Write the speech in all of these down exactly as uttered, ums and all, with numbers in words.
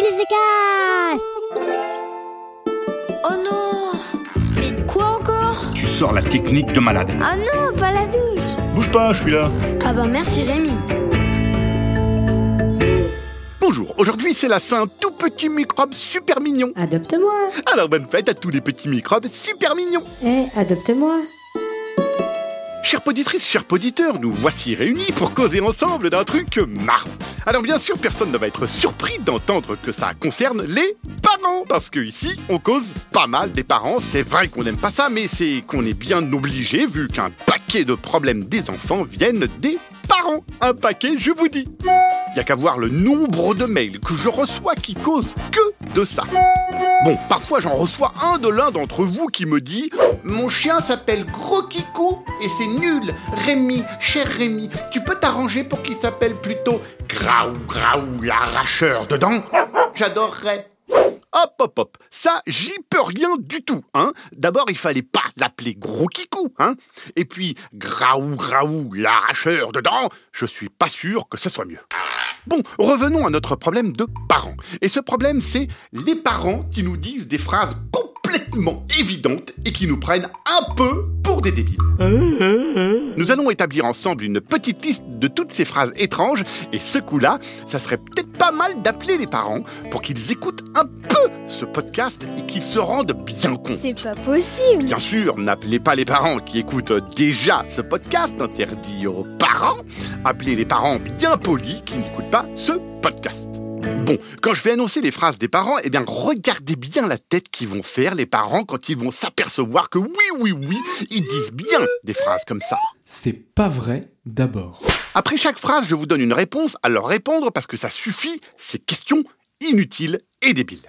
Billy the Cast. Oh non! Mais quoi encore? Tu sors la technique de malade. Ah non, pas la douche! Bouge pas, je suis là. Ah bah merci Rémi. Bonjour, aujourd'hui c'est la Saint tout petit microbe super mignon. Adopte-moi. Alors bonne fête à tous les petits microbes super mignons. Eh, adopte-moi. Chères poditrices, chers poditeurs, nous voici réunis pour causer ensemble d'un truc marrant. Alors bien sûr, personne ne va être surpris d'entendre que ça concerne les parents, parce que ici, on cause pas mal des parents. C'est vrai qu'on n'aime pas ça, mais c'est qu'on est bien obligé, vu qu'un paquet de problèmes des enfants viennent des parents. Un paquet, je vous dis. Il n'y a qu'à voir le nombre de mails que je reçois qui causent que de ça. Bon, parfois j'en reçois un de l'un d'entre vous qui me dit « Mon chien s'appelle Gros Kikou et c'est nul. Rémi, cher Rémi, tu peux t'arranger pour qu'il s'appelle plutôt Graou Graou l'arracheur de dents ?» J'adorerais. Hop, hop, hop, ça, j'y peux rien du tout, hein. D'abord, il fallait pas l'appeler Gros Kikou, hein. Et puis, Graou Graou l'arracheur de dents, je suis pas sûr que ce soit mieux. Bon, revenons à notre problème de parents. Et ce problème, c'est les parents qui nous disent des phrases complètement évidentes et qui nous prennent un peu pour des débiles. Nous allons établir ensemble une petite liste de toutes ces phrases étranges et ce coup-là, ça serait peut-être pas mal d'appeler les parents pour qu'ils écoutent un peu ce podcast et qu'ils se rendent bien compte. C'est pas possible! Bien sûr, n'appelez pas les parents qui écoutent déjà ce podcast interdit aux parents. Appelez les parents bien polis qui n'écoutent pas ce podcast. Bon, quand je vais annoncer les phrases des parents, eh bien, regardez bien la tête qu'ils vont faire, les parents, quand ils vont s'apercevoir que oui, oui, oui, ils disent bien des phrases comme ça. C'est pas vrai, d'abord. Après chaque phrase, je vous donne une réponse à leur répondre parce que ça suffit, ces questions inutiles et débiles.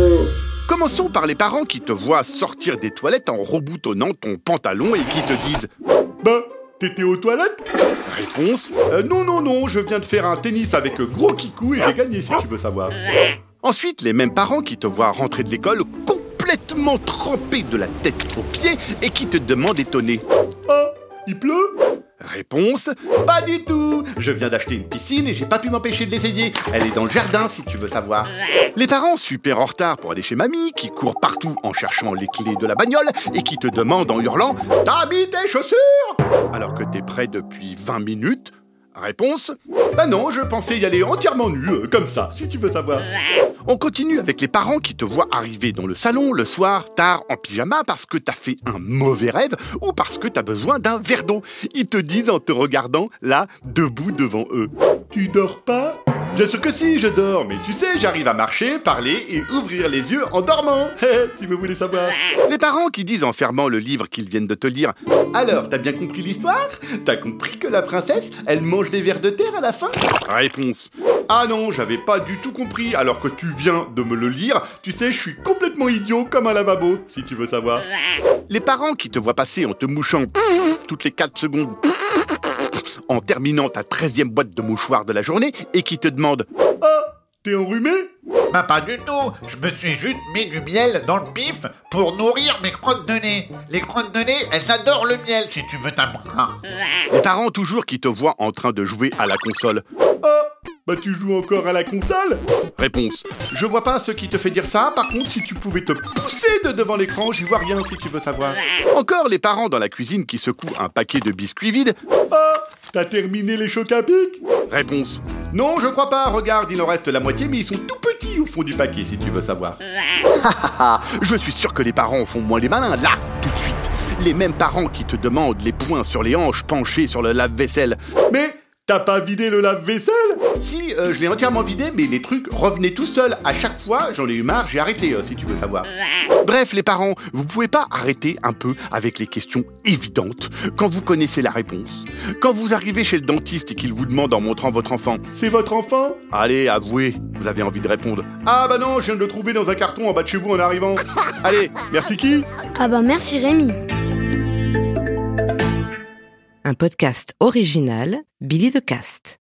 Commençons par les parents qui te voient sortir des toilettes en reboutonnant ton pantalon et qui te disent « Bah, t'étais aux toilettes ?» Réponse euh, « Non, non, non, je viens de faire un tennis avec Gros Kikou et j'ai gagné si tu veux savoir. » Ensuite, les mêmes parents qui te voient rentrer de l'école complètement trempé de la tête aux pieds et qui te demandent étonné « Ah, il pleut ?» Réponse « Pas du tout. Je viens d'acheter une piscine et j'ai pas pu m'empêcher de l'essayer. Elle est dans le jardin si tu veux savoir. » Les parents super en retard pour aller chez mamie, qui courent partout en cherchant les clés de la bagnole et qui te demandent en hurlant « T'as mis tes chaussures ?» alors que t'es prêt depuis vingt minutes. Réponse « Bah non, je pensais y aller entièrement nu, euh, comme ça, si tu veux savoir. » On continue avec les parents qui te voient arriver dans le salon le soir, tard, en pyjama, parce que t'as fait un mauvais rêve ou parce que t'as besoin d'un verre d'eau. Ils te disent en te regardant, là, debout devant eux. « Tu dors pas ?» Bien sûr que si, je dors, mais tu sais, j'arrive à marcher, parler et ouvrir les yeux en dormant, si vous voulez savoir. Les parents qui disent en fermant le livre qu'ils viennent de te lire « Alors, t'as bien compris l'histoire ? T'as compris que la princesse, elle mange des vers de terre à la fin ?» Réponse « Ah non, j'avais pas du tout compris, alors que tu viens de me le lire. Tu sais, je suis complètement idiot comme un lavabo, si tu veux savoir. » Les parents qui te voient passer en te mouchant toutes les quatre secondes en terminant ta treizième boîte de mouchoirs de la journée et qui te demandent « Ah, t'es enrhumé ?» Bah pas du tout, je me suis juste mis du miel dans le pif pour nourrir mes crottes de nez. Les crottes de nez, elles adorent le miel si tu veux t'apprendre. Les parents toujours qui te voient en train de jouer à la console. Ah, bah tu joues encore à la console ? Réponse. Je vois pas ce qui te fait dire ça, par contre si tu pouvais te pousser de devant l'écran, j'y vois rien si tu veux savoir. Encore les parents dans la cuisine qui secouent un paquet de biscuits vides. Ah, t'as terminé les chocs à pic ? Réponse. Non, je crois pas, regarde, il en reste la moitié, mais ils sont tout petits au fond du paquet si tu veux savoir. Je suis sûr que les parents font moins les malins, là, tout de suite. Les mêmes parents qui te demandent les poings sur les hanches penchés sur le lave-vaisselle. Mais t'as pas vidé le lave-vaisselle ? Si, euh, je l'ai entièrement vidé, mais les trucs revenaient tout seuls. À chaque fois, j'en ai eu marre, j'ai arrêté, euh, si tu veux savoir. Bref, les parents, vous pouvez pas arrêter un peu avec les questions évidentes quand vous connaissez la réponse. Quand vous arrivez chez le dentiste et qu'il vous demande en montrant votre enfant « C'est votre enfant ?» Allez, avouez, vous avez envie de répondre « Ah bah non, je viens de le trouver dans un carton en bas de chez vous en arrivant. » Allez, merci qui ? Ah bah merci Rémi. Un podcast original Billy the Cast.